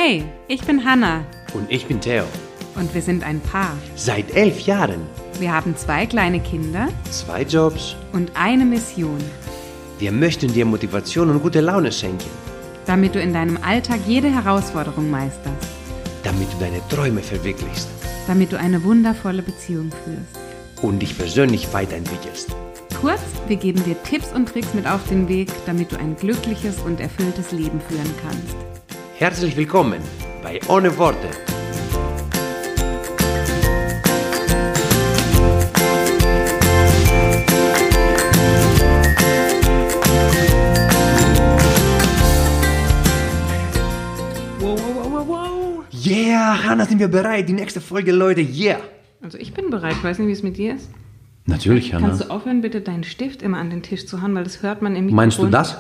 Hey, ich bin Hannah. Und ich bin Theo. Und wir sind ein Paar. Seit 11 Jahren. Wir haben 2 kleine Kinder 2 Jobs. und eine Mission. Wir möchten dir Motivation und gute Laune schenken. Damit du in deinem Alltag jede Herausforderung meisterst. Damit du deine Träume verwirklichst. Damit du eine wundervolle Beziehung führst. Und dich persönlich weiterentwickelst. Kurz, wir geben dir Tipps und Tricks mit auf den Weg, damit du ein glückliches und erfülltes Leben führen kannst. Herzlich willkommen bei Ohne Worte. Wow. Yeah, Hannah, sind wir bereit? Die nächste Folge, Leute, yeah. Also ich bin bereit, ich weiß nicht, wie es mit dir ist. Natürlich, Hannah. Kannst du aufhören, bitte deinen Stift immer an den Tisch zu hauen, weil das hört man im Mikrofon. Meinst du das?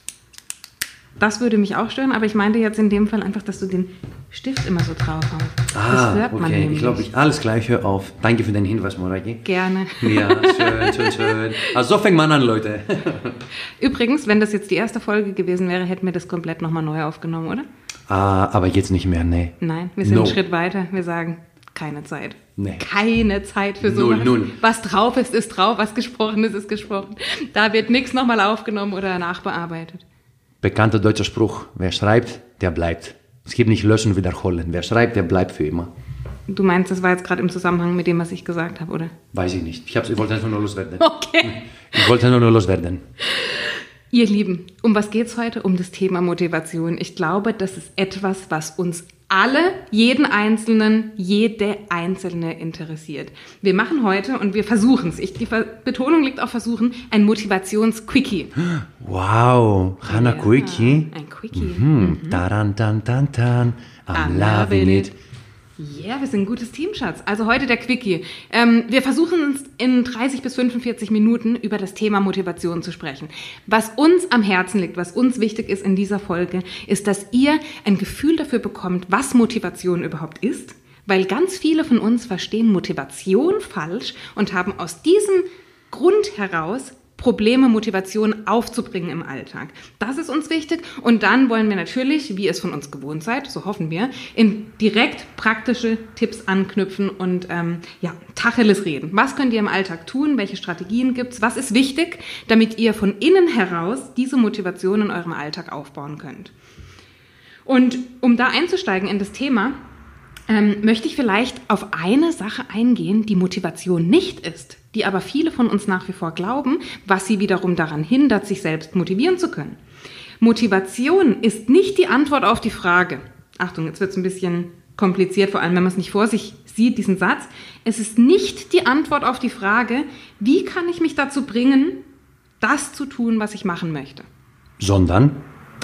Das würde mich auch stören, aber ich meinte jetzt in dem Fall einfach, dass du den Stift immer so drauf hast. Das hört man okay. nämlich. Ich glaube, alles gleich, hör auf. Danke für den Hinweis, Moraki. Gerne. Ja, schön. Also so fängt man an, Leute. Übrigens, wenn das jetzt die erste Folge gewesen wäre, hätten wir das komplett nochmal neu aufgenommen, oder? Aber jetzt nicht mehr, nee. Nein, wir sind einen Schritt weiter. Wir sagen, keine Zeit. Nee. Keine Zeit für sowas. Null. Was drauf ist, ist drauf. Was gesprochen ist, ist gesprochen. Da wird nichts nochmal aufgenommen oder nachbearbeitet. Bekannter deutscher Spruch, wer schreibt, der bleibt. Es gibt nicht löschen und wiederholen. Wer schreibt, der bleibt für immer. Du meinst, das war jetzt gerade im Zusammenhang mit dem, was ich gesagt habe, oder? Weiß ich nicht. Ich wollte einfach nur loswerden. Okay. Ich wollte nur loswerden. Ihr Lieben, um was geht's heute? Um das Thema Motivation. Ich glaube, das ist etwas, was uns alle, jeden Einzelnen, jede Einzelne interessiert. Wir machen heute und wir versuchen es. Die Betonung liegt auf Versuchen, ein Motivations-Quickie. Wow, Hannah, Ja, Quickie. ein Quickie. Taran, tan, tan, tan. I'm loving it. Ja, wir sind ein gutes Team, Schatz. Also heute der Quickie. Wir versuchen uns in 30 bis 45 Minuten über das Thema Motivation zu sprechen. Was uns am Herzen liegt, was uns wichtig ist in dieser Folge, ist, dass ihr ein Gefühl dafür bekommt, was Motivation überhaupt ist. Weil ganz viele von uns verstehen Motivation falsch und haben aus diesem Grund heraus Probleme, Motivation aufzubringen im Alltag. Das ist uns wichtig. Und dann wollen wir natürlich, wie ihr es von uns gewohnt seid, so hoffen wir, in direkt praktische Tipps anknüpfen und Tacheles reden. Was könnt ihr im Alltag tun? Welche Strategien gibt's? Was ist wichtig, damit ihr von innen heraus diese Motivation in eurem Alltag aufbauen könnt? Und um da einzusteigen in das Thema, möchte ich vielleicht auf eine Sache eingehen, die Motivation nicht ist, die aber viele von uns nach wie vor glauben, was sie wiederum daran hindert, sich selbst motivieren zu können. Motivation ist nicht die Antwort auf die Frage, Achtung, jetzt wird es ein bisschen kompliziert, vor allem wenn man es nicht vor sich sieht, diesen Satz, es ist nicht die Antwort auf die Frage, wie kann ich mich dazu bringen, das zu tun, was ich machen möchte. Sondern,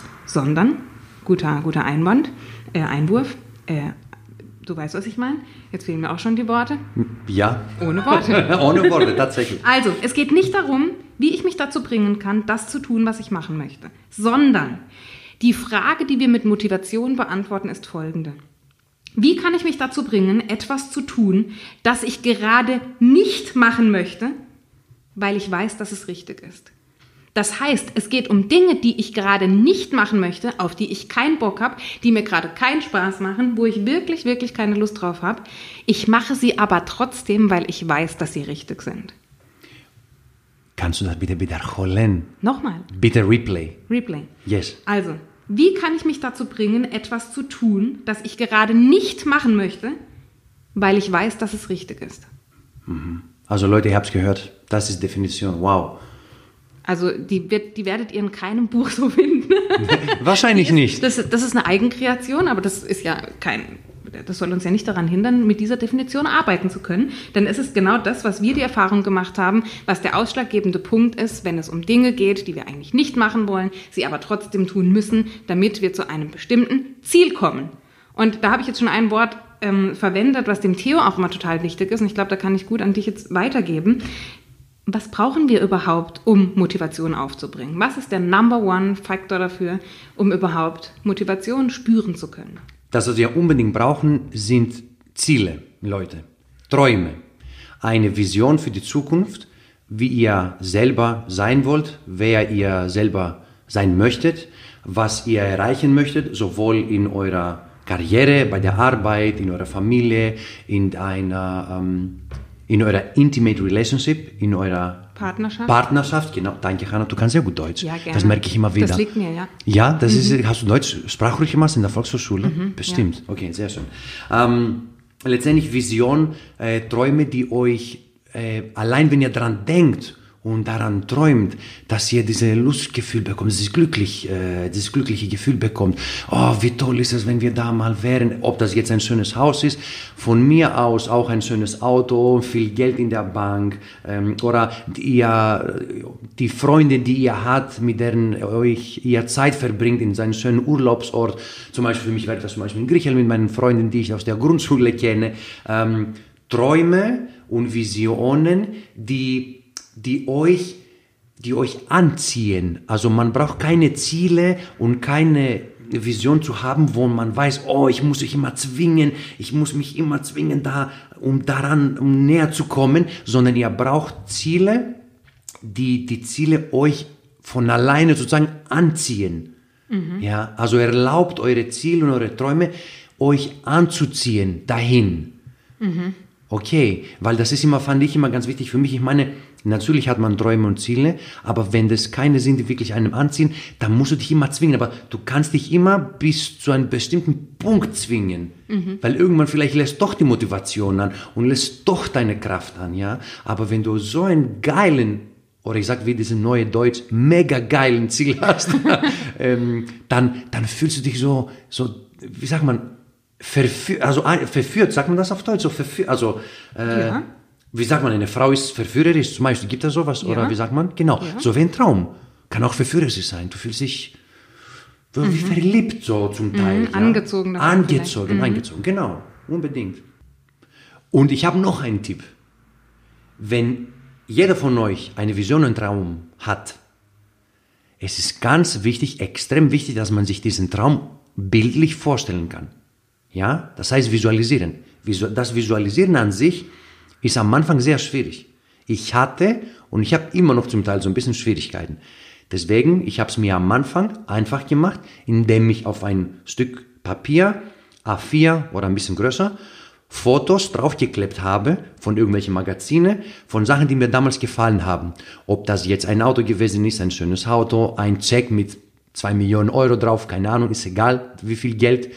guter Einwurf, du weißt, was ich meine? Jetzt fehlen mir auch schon die Worte. ja. Ohne Worte. Ohne Worte, tatsächlich. Also, es geht nicht darum, wie ich mich dazu bringen kann, das zu tun, was ich machen möchte, sondern die Frage, die wir mit Motivation beantworten, ist folgende. Wie kann ich mich dazu bringen, etwas zu tun, das ich gerade nicht machen möchte, weil ich weiß, dass es richtig ist? Das heißt, es geht um Dinge, die ich gerade nicht machen möchte, auf die ich keinen Bock habe, die mir gerade keinen Spaß machen, wo ich wirklich, wirklich keine Lust drauf habe. Ich mache sie aber trotzdem, weil ich weiß, dass sie richtig sind. Kannst du das bitte wiederholen? Nochmal. Bitte Replay. Yes. Also, wie kann ich mich dazu bringen, etwas zu tun, das ich gerade nicht machen möchte, weil ich weiß, dass es richtig ist? Also Leute, ihr habt es gehört. Das ist Definition. Wow. Also die werdet ihr in keinem Buch so finden. Wahrscheinlich nicht. Das ist eine Eigenkreation, aber das soll uns ja nicht daran hindern, mit dieser Definition arbeiten zu können. Denn es ist genau das, was wir die Erfahrung gemacht haben, was der ausschlaggebende Punkt ist, wenn es um Dinge geht, die wir eigentlich nicht machen wollen, sie aber trotzdem tun müssen, damit wir zu einem bestimmten Ziel kommen. Und da habe ich jetzt schon ein Wort verwendet, was dem Theo auch immer total wichtig ist. Und ich glaube, da kann ich gut an dich jetzt weitergeben. Was brauchen wir überhaupt, um Motivation aufzubringen? Was ist der Number-One-Faktor dafür, um überhaupt Motivation spüren zu können? Das, was wir unbedingt brauchen, sind Ziele, Leute, Träume. Eine Vision für die Zukunft, wie ihr selber sein wollt, wer ihr selber sein möchtet, was ihr erreichen möchtet, sowohl in eurer Karriere, bei der Arbeit, in eurer Familie, in eurer intimate relationship, in eurer Partnerschaft, genau. Danke, Hannah, du kannst sehr gut Deutsch. Ja, gerne. Das merke ich immer wieder. Das liegt mir, ja. Ja, das ist, hast du Deutsch Sprachkurs gemacht in der Volkshochschule? Bestimmt. Ja. Okay, sehr schön. Letztendlich Vision, Träume, die euch, allein wenn ihr dran denkt und daran träumt, dass ihr dieses Lustgefühl bekommt, dieses glückliche Gefühl bekommt. Oh, wie toll ist es, wenn wir da mal wären. Ob das jetzt ein schönes Haus ist, von mir aus auch ein schönes Auto, viel Geld in der Bank, oder die Freunde, die ihr habt, mit denen ihr Zeit verbringt in seinem schönen Urlaubsort. Zum Beispiel für mich wäre das zum Beispiel in Griechenland mit meinen Freunden, die ich aus der Grundschule kenne. Träume und Visionen, die euch anziehen. Also man braucht keine Ziele und keine Vision zu haben, wo man weiß, oh, ich muss mich immer zwingen, um näher zu kommen, sondern ihr braucht Ziele, die Ziele euch von alleine sozusagen anziehen. Ja, also erlaubt eure Ziele und eure Träume euch anzuziehen dahin. Okay, weil das ist fand ich immer ganz wichtig für mich. Ich meine, natürlich hat man Träume und Ziele, aber wenn das keine sind, die wirklich einem anziehen, dann musst du dich immer zwingen. Aber du kannst dich immer bis zu einem bestimmten Punkt zwingen, weil irgendwann vielleicht lässt doch die Motivation an und lässt doch deine Kraft an, ja. Aber wenn du so einen geilen, oder ich sag wie diese neue Deutsch, mega geilen Ziel hast, dann fühlst du dich so, wie sagt man, verführt, sagt man das auf Deutsch? So ja. Wie sagt man, eine Frau ist verführerisch, zum Beispiel, gibt es sowas? Ja. Oder wie sagt man? Genau, ja. So wie ein Traum. Kann auch verführerisch sein. Du fühlst dich wie verliebt so zum Teil. Ja? Angezogen, genau, unbedingt. Und ich habe noch einen Tipp. Wenn jeder von euch eine Vision und einen Traum hat, es ist ganz wichtig, extrem wichtig, dass man sich diesen Traum bildlich vorstellen kann. Ja, das heißt visualisieren. Das Visualisieren an sich ist am Anfang sehr schwierig. Ich hatte und ich habe immer noch zum Teil so ein bisschen Schwierigkeiten. Deswegen, ich habe es mir am Anfang einfach gemacht, indem ich auf ein Stück Papier, A4 oder ein bisschen größer, Fotos draufgeklebt habe von irgendwelchen Magazinen, von Sachen, die mir damals gefallen haben. Ob das jetzt ein Auto gewesen ist, ein schönes Auto, ein Check mit 2 Millionen Euro drauf, keine Ahnung, ist egal, wie viel Geld.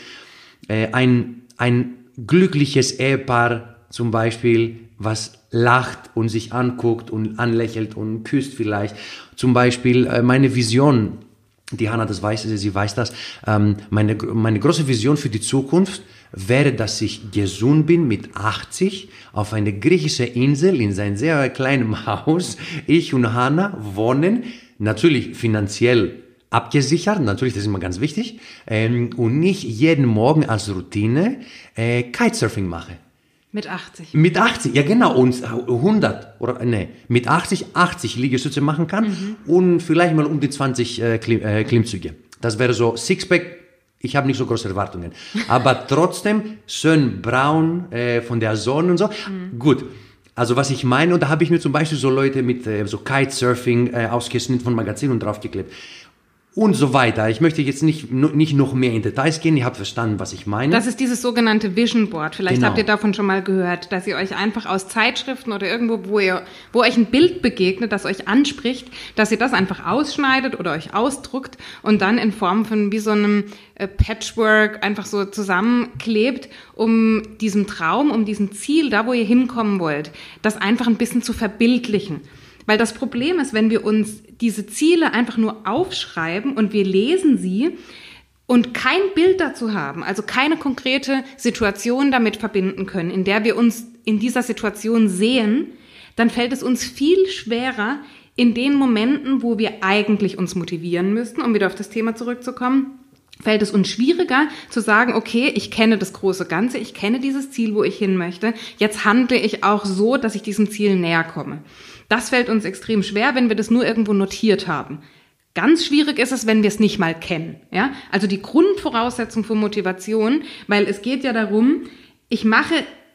Ein glückliches Ehepaar zum Beispiel, was lacht und sich anguckt und anlächelt und küsst vielleicht. Zum Beispiel meine Vision, die Hannah das weiß, sie weiß das, meine große Vision für die Zukunft wäre, dass ich gesund bin mit 80 auf einer griechischen Insel in einem sehr kleinen Haus. Ich und Hannah wohnen, natürlich finanziell abgesichert, natürlich, das ist immer ganz wichtig, und nicht jeden Morgen als Routine Kitesurfing mache. Mit 80? Mit 80, ja genau, und 100, mit 80 Liegestütze machen kann und vielleicht mal um die 20 Klimmzüge. Das wäre so Sixpack, ich habe nicht so große Erwartungen, aber trotzdem schön braun von der Sonne und so, gut. Also was ich meine, und da habe ich mir zum Beispiel so Leute mit so Kitesurfing ausgeschnitten von Magazinen und draufgeklebt. Und so weiter. Ich möchte jetzt nicht noch mehr in Details gehen. Ihr habt verstanden, was ich meine. Das ist dieses sogenannte Vision Board. Vielleicht habt ihr davon schon mal gehört, dass ihr euch einfach aus Zeitschriften oder irgendwo, wo euch ein Bild begegnet, das euch anspricht, dass ihr das einfach ausschneidet oder euch ausdruckt und dann in Form von wie so einem Patchwork einfach so zusammenklebt, um diesem Traum, um diesem Ziel, da wo ihr hinkommen wollt, das einfach ein bisschen zu verbildlichen. Weil das Problem ist, wenn wir uns diese Ziele einfach nur aufschreiben und wir lesen sie und kein Bild dazu haben, also keine konkrete Situation damit verbinden können, in der wir uns in dieser Situation sehen, dann fällt es uns viel schwerer, in den Momenten, wo wir eigentlich uns motivieren müssten, um wieder auf das Thema zurückzukommen, fällt es uns schwieriger zu sagen, okay, ich kenne das große Ganze, ich kenne dieses Ziel, wo ich hin möchte, jetzt handle ich auch so, dass ich diesem Ziel näher komme. Das fällt uns extrem schwer, wenn wir das nur irgendwo notiert haben. Ganz schwierig ist es, wenn wir es nicht mal kennen. Ja? Also die Grundvoraussetzung für Motivation, weil es geht ja darum, ich mache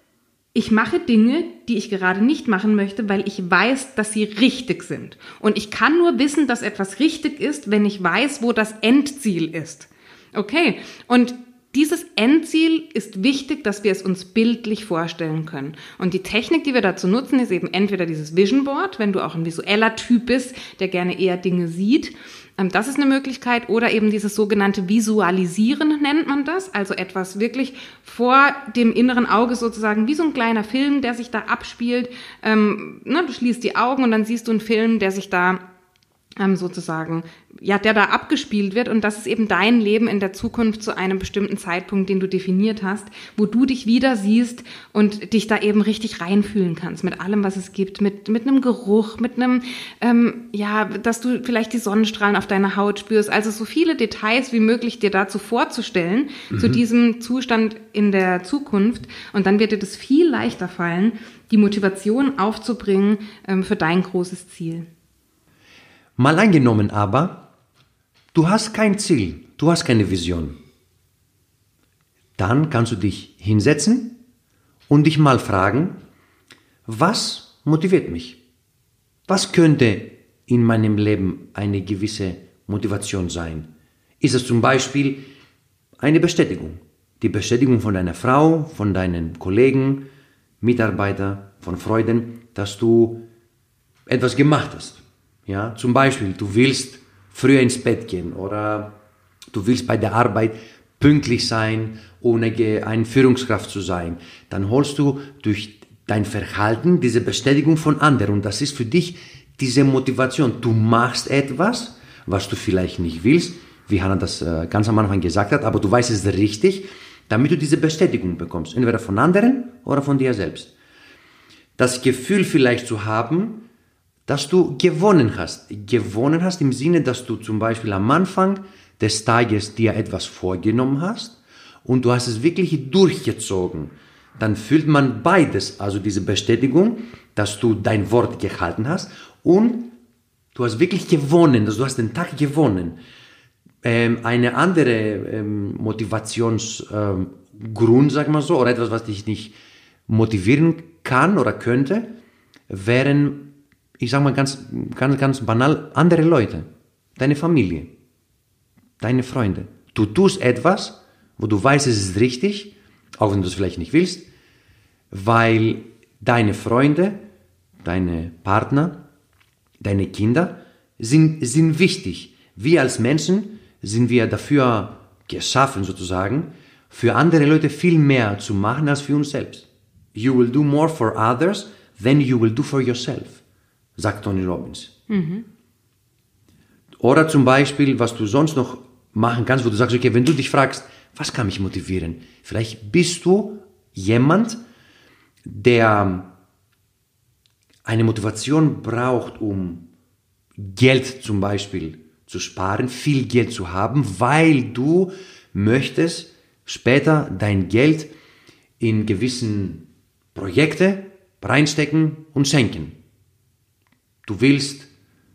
Dinge, die ich gerade nicht machen möchte, weil ich weiß, dass sie richtig sind. Und ich kann nur wissen, dass etwas richtig ist, wenn ich weiß, wo das Endziel ist. Okay, und dieses Endziel ist wichtig, dass wir es uns bildlich vorstellen können. Und die Technik, die wir dazu nutzen, ist eben entweder dieses Vision Board, wenn du auch ein visueller Typ bist, der gerne eher Dinge sieht. Das ist eine Möglichkeit. Oder eben dieses sogenannte Visualisieren nennt man das. Also etwas wirklich vor dem inneren Auge sozusagen, wie so ein kleiner Film, der sich da abspielt. Du schließt die Augen und dann siehst du einen Film, der sich da sozusagen, ja, der da abgespielt wird, und das ist eben dein Leben in der Zukunft zu einem bestimmten Zeitpunkt, den du definiert hast, wo du dich wieder siehst und dich da eben richtig reinfühlen kannst mit allem, was es gibt, mit einem Geruch, mit einem, dass du vielleicht die Sonnenstrahlen auf deiner Haut spürst, also so viele Details wie möglich dir dazu vorzustellen, zu diesem Zustand in der Zukunft, und dann wird dir das viel leichter fallen, die Motivation aufzubringen für dein großes Ziel. Mal angenommen aber, du hast kein Ziel, du hast keine Vision. Dann kannst du dich hinsetzen und dich mal fragen, was motiviert mich? Was könnte in meinem Leben eine gewisse Motivation sein? Ist es zum Beispiel eine Bestätigung? Die Bestätigung von deiner Frau, von deinen Kollegen, Mitarbeiter, von Freunden, dass du etwas gemacht hast. Ja, zum Beispiel, du willst früher ins Bett gehen oder du willst bei der Arbeit pünktlich sein, ohne eine Führungskraft zu sein. Dann holst du durch dein Verhalten diese Bestätigung von anderen, und das ist für dich diese Motivation. Du machst etwas, was du vielleicht nicht willst, wie Hannah das ganz am Anfang gesagt hat, aber du weißt es richtig, damit du diese Bestätigung bekommst, entweder von anderen oder von dir selbst. Das Gefühl vielleicht zu haben, dass du gewonnen hast. Gewonnen hast im Sinne, dass du zum Beispiel am Anfang des Tages dir etwas vorgenommen hast und du hast es wirklich durchgezogen. Dann fühlt man beides, also diese Bestätigung, dass du dein Wort gehalten hast und du hast wirklich gewonnen, also du hast den Tag gewonnen. Eine andere Motivationsgrund, sag mal so, oder etwas, was dich nicht motivieren kann oder könnte, wären, ich sage mal ganz banal, andere Leute, deine Familie, deine Freunde. Du tust etwas, wo du weißt, es ist richtig, auch wenn du es vielleicht nicht willst, weil deine Freunde, deine Partner, deine Kinder sind wichtig. Wir als Menschen sind wir dafür geschaffen, sozusagen, für andere Leute viel mehr zu machen als für uns selbst. You will do more for others than you will do for yourself, sagt Tony Robbins. Oder zum Beispiel, was du sonst noch machen kannst, wo du sagst, okay, wenn du dich fragst, was kann mich motivieren? Vielleicht bist du jemand, der eine Motivation braucht, um Geld zum Beispiel zu sparen, viel Geld zu haben, weil du möchtest später dein Geld in gewissen Projekte reinstecken und schenken. Du willst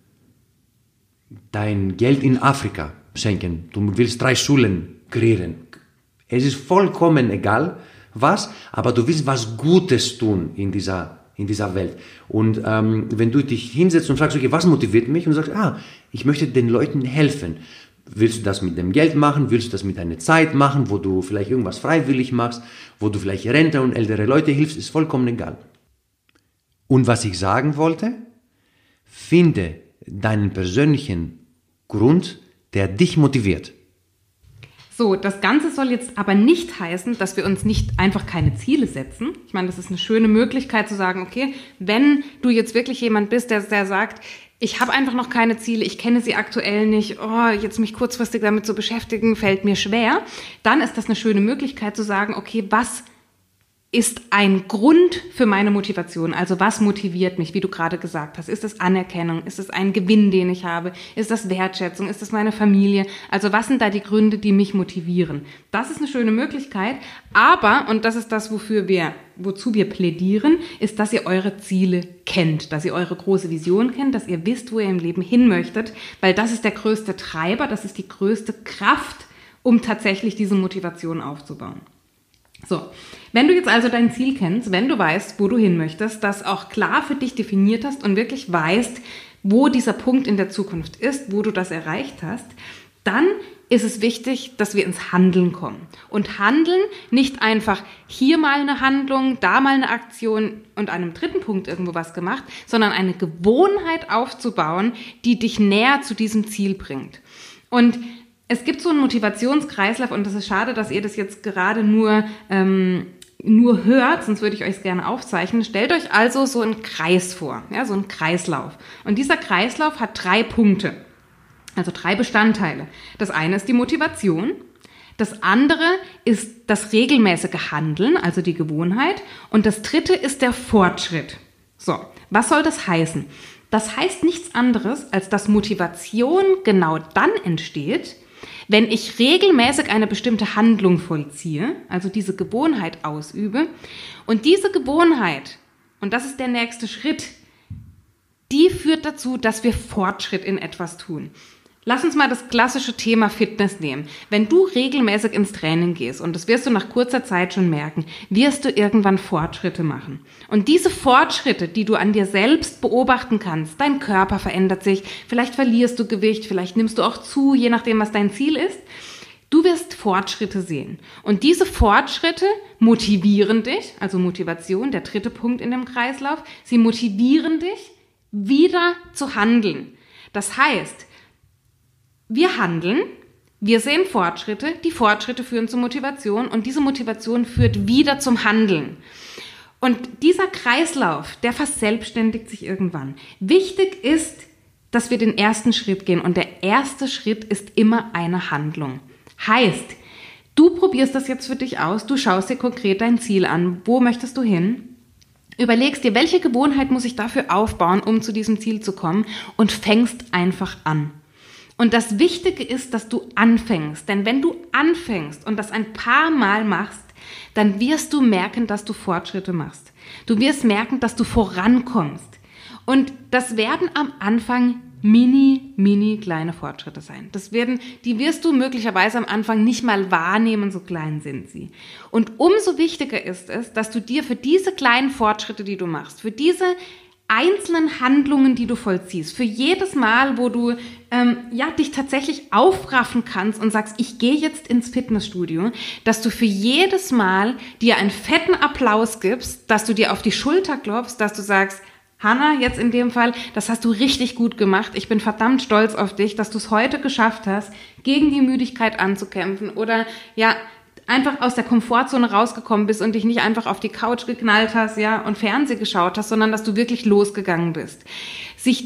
dein Geld in Afrika schenken. Du willst 3 Schulen kreieren. Es ist vollkommen egal, was, aber du willst was Gutes tun in dieser Welt. Und wenn du dich hinsetzt und fragst, okay, was motiviert mich? Und du sagst, ich möchte den Leuten helfen. Willst du das mit dem Geld machen? Willst du das mit deiner Zeit machen, wo du vielleicht irgendwas freiwillig machst, wo du vielleicht Rentner und ältere Leute hilfst? Ist vollkommen egal. Und was ich sagen wollte, finde deinen persönlichen Grund, der dich motiviert. So, das Ganze soll jetzt aber nicht heißen, dass wir uns nicht einfach keine Ziele setzen. Ich meine, das ist eine schöne Möglichkeit zu sagen, okay, wenn du jetzt wirklich jemand bist, der sagt, ich habe einfach noch keine Ziele, ich kenne sie aktuell nicht, jetzt mich kurzfristig damit zu beschäftigen, fällt mir schwer, dann ist das eine schöne Möglichkeit zu sagen, okay, was ist ein Grund für meine Motivation? Also was motiviert mich, wie du gerade gesagt hast? Ist es Anerkennung? Ist es ein Gewinn, den ich habe? Ist das Wertschätzung? Ist das meine Familie? Also was sind da die Gründe, die mich motivieren? Das ist eine schöne Möglichkeit. Aber, und das ist das, wozu wir plädieren, ist, dass ihr eure Ziele kennt, dass ihr eure große Vision kennt, dass ihr wisst, wo ihr im Leben hin möchtet, weil das ist der größte Treiber, das ist die größte Kraft, um tatsächlich diese Motivation aufzubauen. So, wenn du jetzt also dein Ziel kennst, wenn du weißt, wo du hin möchtest, das auch klar für dich definiert hast und wirklich weißt, wo dieser Punkt in der Zukunft ist, wo du das erreicht hast, dann ist es wichtig, dass wir ins Handeln kommen. Und Handeln, nicht einfach hier mal eine Handlung, da mal eine Aktion und an einem dritten Punkt irgendwo was gemacht, sondern eine Gewohnheit aufzubauen, die dich näher zu diesem Ziel bringt. Und es gibt so einen Motivationskreislauf und das ist schade, dass ihr das jetzt gerade nur hört, sonst würde ich euch es gerne aufzeichnen. Stellt euch also so einen Kreis vor, ja, so einen Kreislauf. Und dieser Kreislauf hat 3 Punkte. Also 3 Bestandteile. Das eine ist die Motivation, das andere ist das regelmäßige Handeln, also die Gewohnheit, und das dritte ist der Fortschritt. So, was soll das heißen? Das heißt nichts anderes, als dass Motivation genau dann entsteht, wenn ich regelmäßig eine bestimmte Handlung vollziehe, also diese Gewohnheit ausübe, und diese Gewohnheit, und das ist der nächste Schritt, die führt dazu, dass wir Fortschritt in etwas tun. Lass uns mal das klassische Thema Fitness nehmen. Wenn du regelmäßig ins Training gehst, und das wirst du nach kurzer Zeit schon merken, wirst du irgendwann Fortschritte machen. Und diese Fortschritte, die du an dir selbst beobachten kannst, dein Körper verändert sich, vielleicht verlierst du Gewicht, vielleicht nimmst du auch zu, je nachdem, was dein Ziel ist. Du wirst Fortschritte sehen. Und diese Fortschritte motivieren dich, also Motivation, der dritte Punkt in dem Kreislauf, sie motivieren dich, wieder zu handeln. Das heißt, wir handeln, wir sehen Fortschritte, die Fortschritte führen zur Motivation und diese Motivation führt wieder zum Handeln. Und dieser Kreislauf, der verselbstständigt sich irgendwann. Wichtig ist, dass wir den ersten Schritt gehen und der erste Schritt ist immer eine Handlung. Heißt, du probierst das jetzt für dich aus, du schaust dir konkret dein Ziel an, wo möchtest du hin? Überlegst dir, welche Gewohnheit muss ich dafür aufbauen, um zu diesem Ziel zu kommen und fängst einfach an. Und das Wichtige ist, dass du anfängst. Denn wenn du anfängst und das ein paar Mal machst, dann wirst du merken, dass du Fortschritte machst. Du wirst merken, dass du vorankommst. Und das werden am Anfang mini kleine Fortschritte sein. Die wirst du möglicherweise am Anfang nicht mal wahrnehmen, so klein sind sie. Und umso wichtiger ist es, dass du dir für diese kleinen Fortschritte, die du machst, für diese einzelnen Handlungen, die du vollziehst, für jedes Mal, wo du dich tatsächlich aufraffen kannst und sagst, ich gehe jetzt ins Fitnessstudio, dass du für jedes Mal dir einen fetten Applaus gibst, dass du dir auf die Schulter klopfst, dass du sagst, Hanna, jetzt in dem Fall, das hast du richtig gut gemacht. Ich bin verdammt stolz auf dich, dass du es heute geschafft hast, gegen die Müdigkeit anzukämpfen oder einfach aus der Komfortzone rausgekommen bist und dich nicht einfach auf die Couch geknallt hast, und Fernsehen geschaut hast, sondern dass du wirklich losgegangen bist. Sich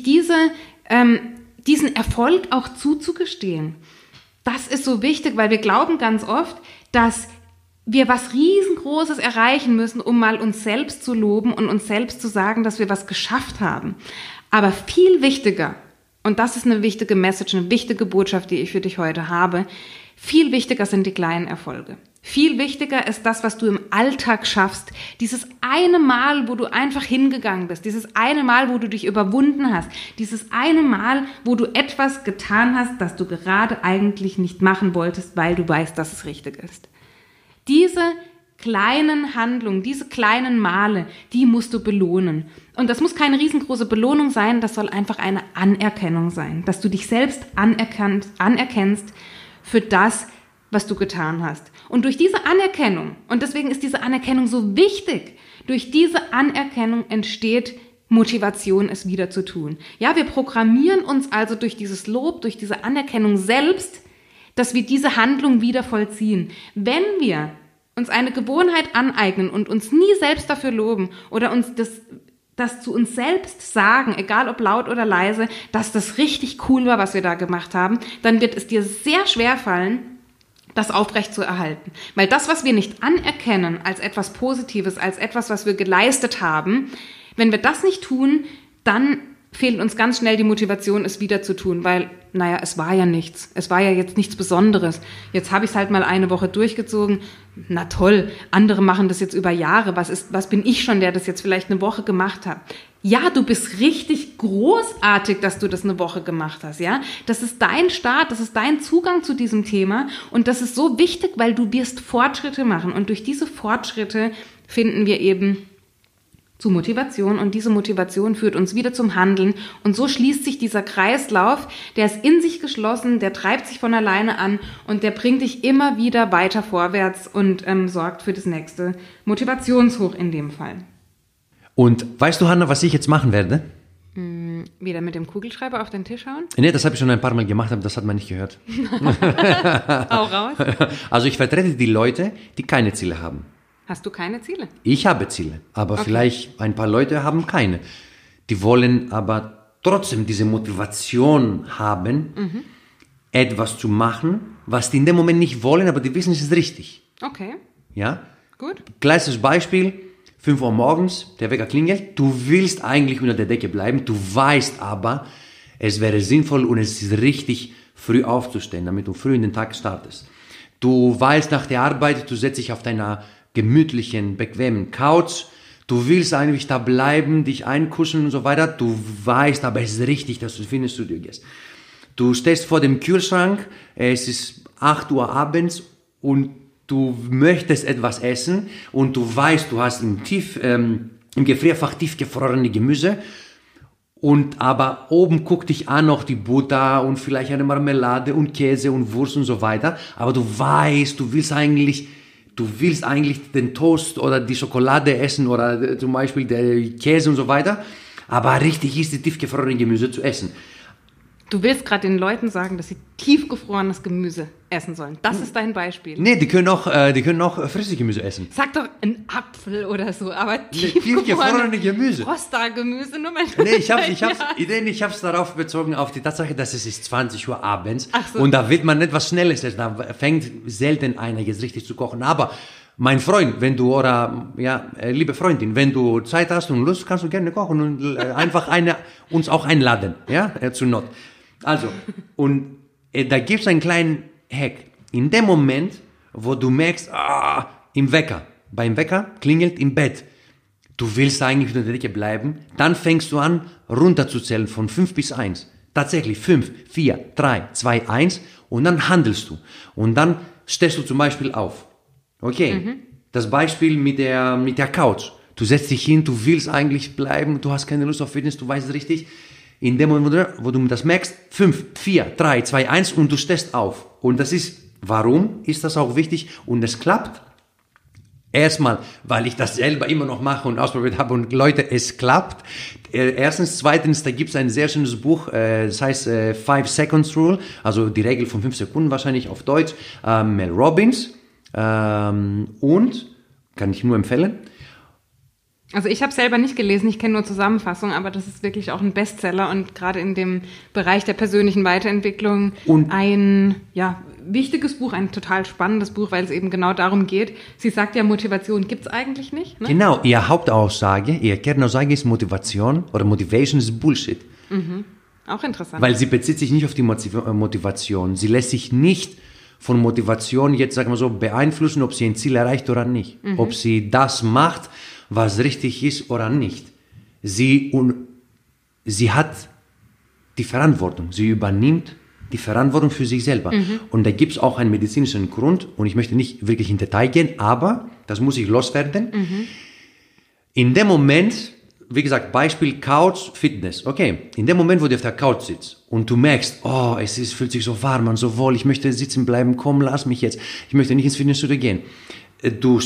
diesen Erfolg auch zuzugestehen, das ist so wichtig, weil wir glauben ganz oft, dass wir was Riesengroßes erreichen müssen, um mal uns selbst zu loben und uns selbst zu sagen, dass wir was geschafft haben. Aber viel wichtiger, und das ist eine wichtige Message, eine wichtige Botschaft, die ich für dich heute habe, viel wichtiger sind die kleinen Erfolge. Viel wichtiger ist das, was du im Alltag schaffst. Dieses eine Mal, wo du einfach hingegangen bist. Dieses eine Mal, wo du dich überwunden hast. Dieses eine Mal, wo du etwas getan hast, das du gerade eigentlich nicht machen wolltest, weil du weißt, dass es richtig ist. Diese kleinen Handlungen, diese kleinen Male, die musst du belohnen. Und das muss keine riesengroße Belohnung sein, das soll einfach eine Anerkennung sein. Dass du dich selbst anerkennst für das, was du getan hast. Und durch diese Anerkennung, und deswegen ist diese Anerkennung so wichtig, durch diese Anerkennung entsteht Motivation, es wieder zu tun. Ja, wir programmieren uns also durch dieses Lob, durch diese Anerkennung selbst, dass wir diese Handlung wieder vollziehen. Wenn wir uns eine Gewohnheit aneignen und uns nie selbst dafür loben oder uns das zu uns selbst sagen, egal ob laut oder leise, dass das richtig cool war, was wir da gemacht haben, dann wird es dir sehr schwer fallen, das aufrecht zu erhalten. Weil das, was wir nicht anerkennen als etwas Positives, als etwas, was wir geleistet haben, wenn wir das nicht tun, dann fehlt uns ganz schnell die Motivation, es wieder zu tun, weil, es war ja nichts. Es war ja jetzt nichts Besonderes. Jetzt habe ich es halt mal eine Woche durchgezogen. Na toll, andere machen das jetzt über Jahre. Was bin ich schon, der das jetzt vielleicht eine Woche gemacht hat? Ja, du bist richtig großartig, dass du das eine Woche gemacht hast, ja? Das ist dein Start, das ist dein Zugang zu diesem Thema und das ist so wichtig, weil du wirst Fortschritte machen und durch diese Fortschritte finden wir eben zu Motivation und diese Motivation führt uns wieder zum Handeln und so schließt sich dieser Kreislauf, der ist in sich geschlossen, der treibt sich von alleine an und der bringt dich immer wieder weiter vorwärts und sorgt für das nächste Motivationshoch in dem Fall. Und weißt du, Hanna, was ich jetzt machen werde? Wieder mit dem Kugelschreiber auf den Tisch hauen? Nee, das habe ich schon ein paar Mal gemacht, aber das hat man nicht gehört. Hau raus. Also ich vertrete die Leute, die keine Ziele haben. Hast du keine Ziele? Ich habe Ziele, aber vielleicht ein paar Leute haben keine. Die wollen aber trotzdem diese Motivation haben, etwas zu machen, was die in dem Moment nicht wollen, aber die wissen, es ist richtig. Okay, Ja? gut. Kleines Beispiel, 5 Uhr morgens, der Wecker klingelt, du willst eigentlich unter der Decke bleiben, du weißt aber, es wäre sinnvoll und es ist richtig, früh aufzustehen, damit du früh in den Tag startest. Du weißt nach der Arbeit, du setzt dich auf deiner gemütlichen, bequemen Couch, du willst eigentlich da bleiben, dich einkuscheln und so weiter, du weißt aber, es ist richtig, dass du ins Studio gehst. Du stehst vor dem Kühlschrank, es ist 8 Uhr abends und du möchtest etwas essen und du weißt, du hast im Gefrierfach tiefgefrorene Gemüse und aber oben guckt dich an noch die Butter und vielleicht eine Marmelade und Käse und Wurst und so weiter, aber du weißt, du willst eigentlich den Toast oder die Schokolade essen oder zum Beispiel den Käse und so weiter, aber richtig ist die tiefgefrorene Gemüse zu essen. Du willst gerade den Leuten sagen, dass sie tiefgefrorenes Gemüse essen sollen. Das ist dein Beispiel. Nee, die können auch frisches Gemüse essen. Sag doch ein Apfel oder so, aber tiefgefrorene Gemüse. Rosta-Gemüse, nur mal. Nee, ich hab's darauf bezogen, auf die Tatsache, dass es ist 20 Uhr abends. Ach so. Und da wird man etwas Schnelles essen. Da fängt selten einer jetzt richtig zu kochen. Aber mein Freund, liebe Freundin, wenn du Zeit hast und Lust, kannst du gerne kochen und einfach uns auch einladen, zur Not. Also, und da gibt's einen kleinen Hack. In dem Moment, wo du merkst, beim Wecker klingelt im Bett, du willst eigentlich unter der Decke bleiben, dann fängst du an, runterzuzählen von 5 bis 1. Tatsächlich 5, 4, 3, 2, 1 und dann handelst du. Und dann stehst du zum Beispiel auf. Okay, das Beispiel mit der Couch. Du setzt dich hin, du willst eigentlich bleiben, du hast keine Lust auf Fitness, du weißt es richtig. In dem Moment, wo du das merkst, 5, 4, 3, 2, 1 und du stehst auf. Und warum ist das auch wichtig? Und es klappt. Erstmal, weil ich das selber immer noch mache und ausprobiert habe und Leute, es klappt. Erstens, zweitens, da gibt es ein sehr schönes Buch, das heißt 5 Seconds Rule, also die Regel von 5 Sekunden wahrscheinlich auf Deutsch, Mel Robbins. Und, kann ich nur empfehlen. Also ich habe es selber nicht gelesen, ich kenne nur Zusammenfassungen, aber das ist wirklich auch ein Bestseller und gerade in dem Bereich der persönlichen Weiterentwicklung ein wichtiges Buch, ein total spannendes Buch, weil es eben genau darum geht. Sie sagt ja, Motivation gibt's eigentlich nicht. Ne? Genau, ihre Kernaussage ist Motivation oder Motivation ist Bullshit. Auch interessant. Weil sie bezieht sich nicht auf die Motivation. Sie lässt sich nicht von Motivation jetzt, sagen wir so, beeinflussen, ob sie ein Ziel erreicht oder nicht. Ob sie das macht, was richtig ist oder nicht. Sie hat die Verantwortung. Sie übernimmt die Verantwortung für sich selber. Und da gibt es auch einen medizinischen Grund, und ich möchte nicht wirklich in Detail gehen, aber das muss ich loswerden. In dem Moment, wie gesagt, Beispiel Couch, Fitness. Okay, in dem Moment, wo du auf der Couch sitzt und du merkst, fühlt sich so warm an, so wohl, ich möchte sitzen bleiben, komm, lass mich jetzt, ich möchte nicht ins Fitnessstudio gehen. Du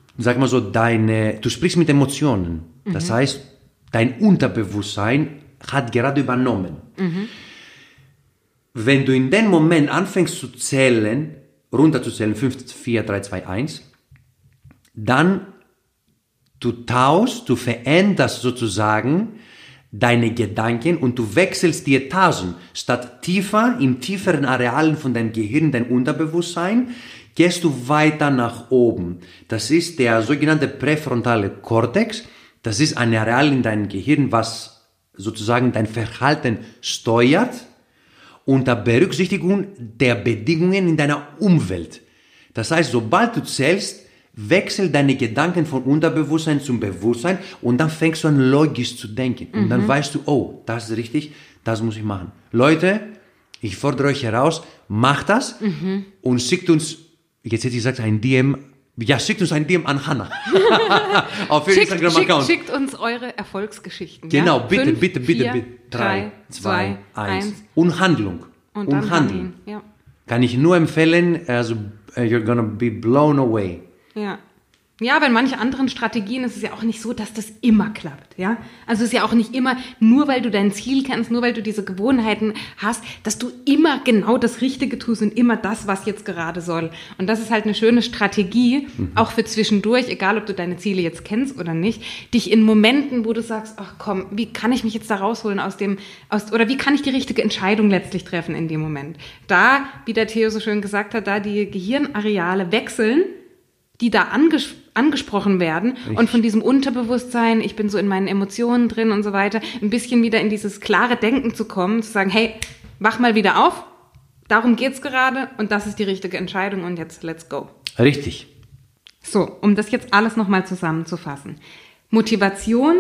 sprichst mit Emotionen. Das heißt, dein Unterbewusstsein hat gerade übernommen. Wenn du in dem Moment anfängst zu zählen, runterzuzählen, 5, 4, 3, 2, 1, dann du veränderst sozusagen deine Gedanken und du wechselst die Etagen. Statt im tieferen Arealen von deinem Gehirn, dein Unterbewusstsein, gehst du weiter nach oben. Das ist der sogenannte präfrontale Kortex. Das ist ein Areal in deinem Gehirn, was sozusagen dein Verhalten steuert unter Berücksichtigung der Bedingungen in deiner Umwelt. Das heißt, sobald du zählst, wechseln deine Gedanken von Unterbewusstsein zum Bewusstsein und dann fängst du an, logisch zu denken. Und dann weißt du, das ist richtig, das muss ich machen. Leute, ich fordere euch heraus, macht das und schickt uns, jetzt hätte ich gesagt, ein DM Ja, schickt uns ein DM an Hanna. Auf Instagram-Account. Schickt uns eure Erfolgsgeschichten. Genau, ja? bitte, 5, bitte, 3, 2, 1. Und Handlung. Und dann handeln. Ja. Kann ich nur empfehlen, also you're gonna be blown away. Ja. Ja, bei manchen anderen Strategien ist es ja auch nicht so, dass das immer klappt, ja. Also es ist ja auch nicht immer, nur weil du dein Ziel kennst, nur weil du diese Gewohnheiten hast, dass du immer genau das Richtige tust und immer das, was jetzt gerade soll. Und das ist halt eine schöne Strategie, auch für zwischendurch, egal ob du deine Ziele jetzt kennst oder nicht, dich in Momenten, wo du sagst, ach komm, wie kann ich mich jetzt da rausholen oder wie kann ich die richtige Entscheidung letztlich treffen in dem Moment? Da, wie der Theo so schön gesagt hat, da die Gehirnareale wechseln, die da angesprochen werden. Richtig. Und von diesem Unterbewusstsein, ich bin so in meinen Emotionen drin und so weiter, ein bisschen wieder in dieses klare Denken zu kommen, zu sagen, hey, wach mal wieder auf, darum geht's gerade und das ist die richtige Entscheidung und jetzt let's go. Richtig. So, um das jetzt alles nochmal zusammenzufassen. Motivation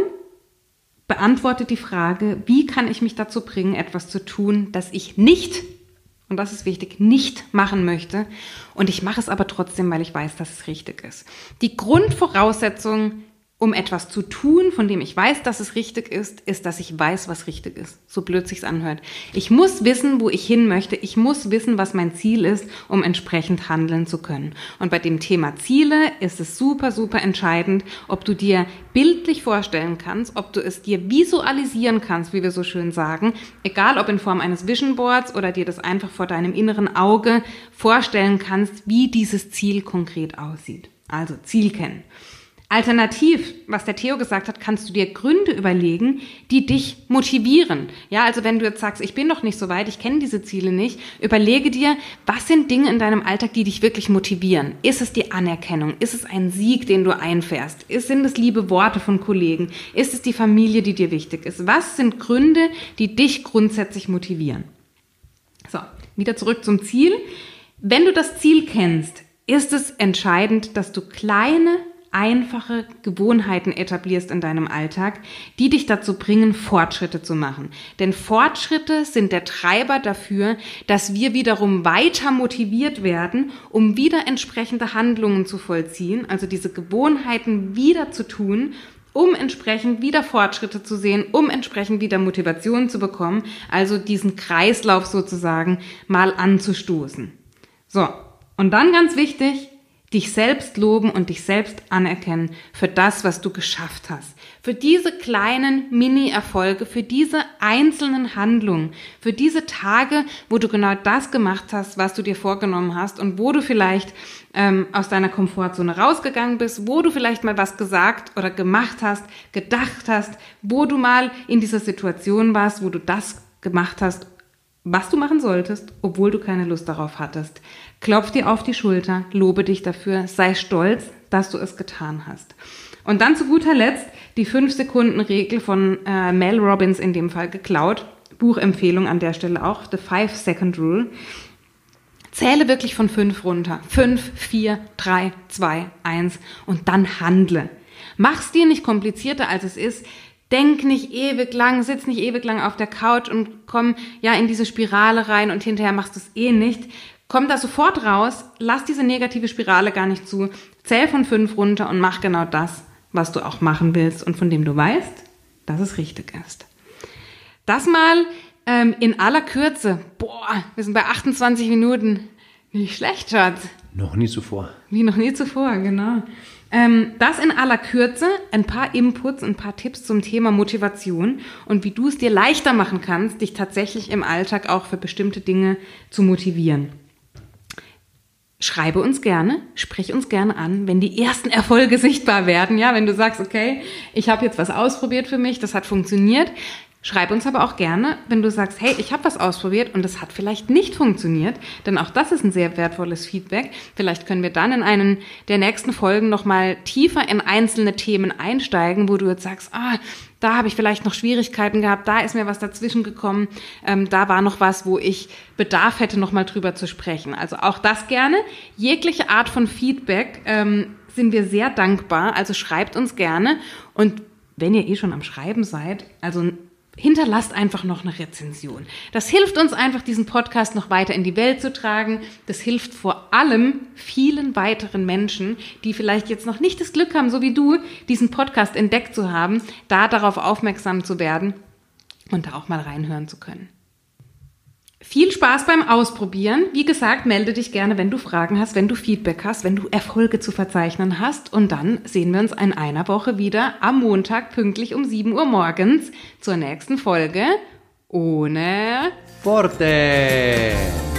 beantwortet die Frage, wie kann ich mich dazu bringen, etwas zu tun, das ich nicht, und das ist wichtig, nicht machen möchte. Und ich mache es aber trotzdem, weil ich weiß, dass es richtig ist. Die Grundvoraussetzung, um etwas zu tun, von dem ich weiß, dass es richtig ist, ist, dass ich weiß, was richtig ist. So blöd sich's anhört. Ich muss wissen, wo ich hin möchte. Ich muss wissen, was mein Ziel ist, um entsprechend handeln zu können. Und bei dem Thema Ziele ist es super, super entscheidend, ob du dir bildlich vorstellen kannst, ob du es dir visualisieren kannst, wie wir so schön sagen, egal ob in Form eines Vision Boards oder dir das einfach vor deinem inneren Auge vorstellen kannst, wie dieses Ziel konkret aussieht. Also Ziel kennen. Alternativ, was der Theo gesagt hat, kannst du dir Gründe überlegen, die dich motivieren. Ja, also wenn du jetzt sagst, ich bin noch nicht so weit, ich kenne diese Ziele nicht, überlege dir, was sind Dinge in deinem Alltag, die dich wirklich motivieren? Ist es die Anerkennung? Ist es ein Sieg, den du einfährst? Sind es liebe Worte von Kollegen? Ist es die Familie, die dir wichtig ist? Was sind Gründe, die dich grundsätzlich motivieren? So, wieder zurück zum Ziel. Wenn du das Ziel kennst, ist es entscheidend, dass du kleine, einfache Gewohnheiten etablierst in deinem Alltag, die dich dazu bringen, Fortschritte zu machen. Denn Fortschritte sind der Treiber dafür, dass wir wiederum weiter motiviert werden, um wieder entsprechende Handlungen zu vollziehen, also diese Gewohnheiten wieder zu tun, um entsprechend wieder Fortschritte zu sehen, um entsprechend wieder Motivation zu bekommen, also diesen Kreislauf sozusagen mal anzustoßen. So, und dann ganz wichtig, dich selbst loben und dich selbst anerkennen für das, was du geschafft hast. Für diese kleinen Mini-Erfolge, für diese einzelnen Handlungen, für diese Tage, wo du genau das gemacht hast, was du dir vorgenommen hast und wo du vielleicht aus deiner Komfortzone rausgegangen bist, wo du vielleicht mal was gesagt oder gemacht hast, gedacht hast, wo du mal in dieser Situation warst, wo du das gemacht hast, was du machen solltest, obwohl du keine Lust darauf hattest. Klopf dir auf die Schulter, lobe dich dafür, sei stolz, dass du es getan hast. Und dann zu guter Letzt die 5-Sekunden-Regel von Mel Robbins in dem Fall geklaut. Buchempfehlung an der Stelle auch, The 5-Second Rule. Zähle wirklich von 5 runter. 5, 4, 3, 2, 1 und dann handle. Mach's dir nicht komplizierter, als es ist. Denk nicht ewig lang, sitz nicht ewig lang auf der Couch und komm ja in diese Spirale rein und hinterher machst du es eh nicht. Komm da sofort raus, lass diese negative Spirale gar nicht zu, zähl von 5 runter und mach genau das, was du auch machen willst und von dem du weißt, dass es richtig ist. Das mal in aller Kürze. Boah, wir sind bei 28 Minuten. Nicht schlecht, Schatz. Noch nie zuvor. Wie noch nie zuvor, genau. Das in aller Kürze, ein paar Inputs, ein paar Tipps zum Thema Motivation und wie du es dir leichter machen kannst, dich tatsächlich im Alltag auch für bestimmte Dinge zu motivieren. Schreibe uns gerne, sprich uns gerne an, wenn die ersten Erfolge sichtbar werden, ja, wenn du sagst, okay, ich habe jetzt was ausprobiert für mich, das hat funktioniert. Schreib uns aber auch gerne, wenn du sagst, hey, ich habe was ausprobiert und das hat vielleicht nicht funktioniert, denn auch das ist ein sehr wertvolles Feedback. Vielleicht können wir dann in einen der nächsten Folgen nochmal tiefer in einzelne Themen einsteigen, wo du jetzt sagst, da habe ich vielleicht noch Schwierigkeiten gehabt, da ist mir was dazwischen gekommen, da war noch was, wo ich Bedarf hätte, nochmal drüber zu sprechen. Also auch das gerne. Jegliche Art von Feedback sind wir sehr dankbar, also schreibt uns gerne und wenn ihr schon am Schreiben seid, also hinterlasst einfach noch eine Rezension. Das hilft uns einfach, diesen Podcast noch weiter in die Welt zu tragen. Das hilft vor allem vielen weiteren Menschen, die vielleicht jetzt noch nicht das Glück haben, so wie du, diesen Podcast entdeckt zu haben, da darauf aufmerksam zu werden und da auch mal reinhören zu können. Viel Spaß beim Ausprobieren. Wie gesagt, melde dich gerne, wenn du Fragen hast, wenn du Feedback hast, wenn du Erfolge zu verzeichnen hast. Und dann sehen wir uns in einer Woche wieder am Montag pünktlich um 7 Uhr morgens zur nächsten Folge ohne Forte!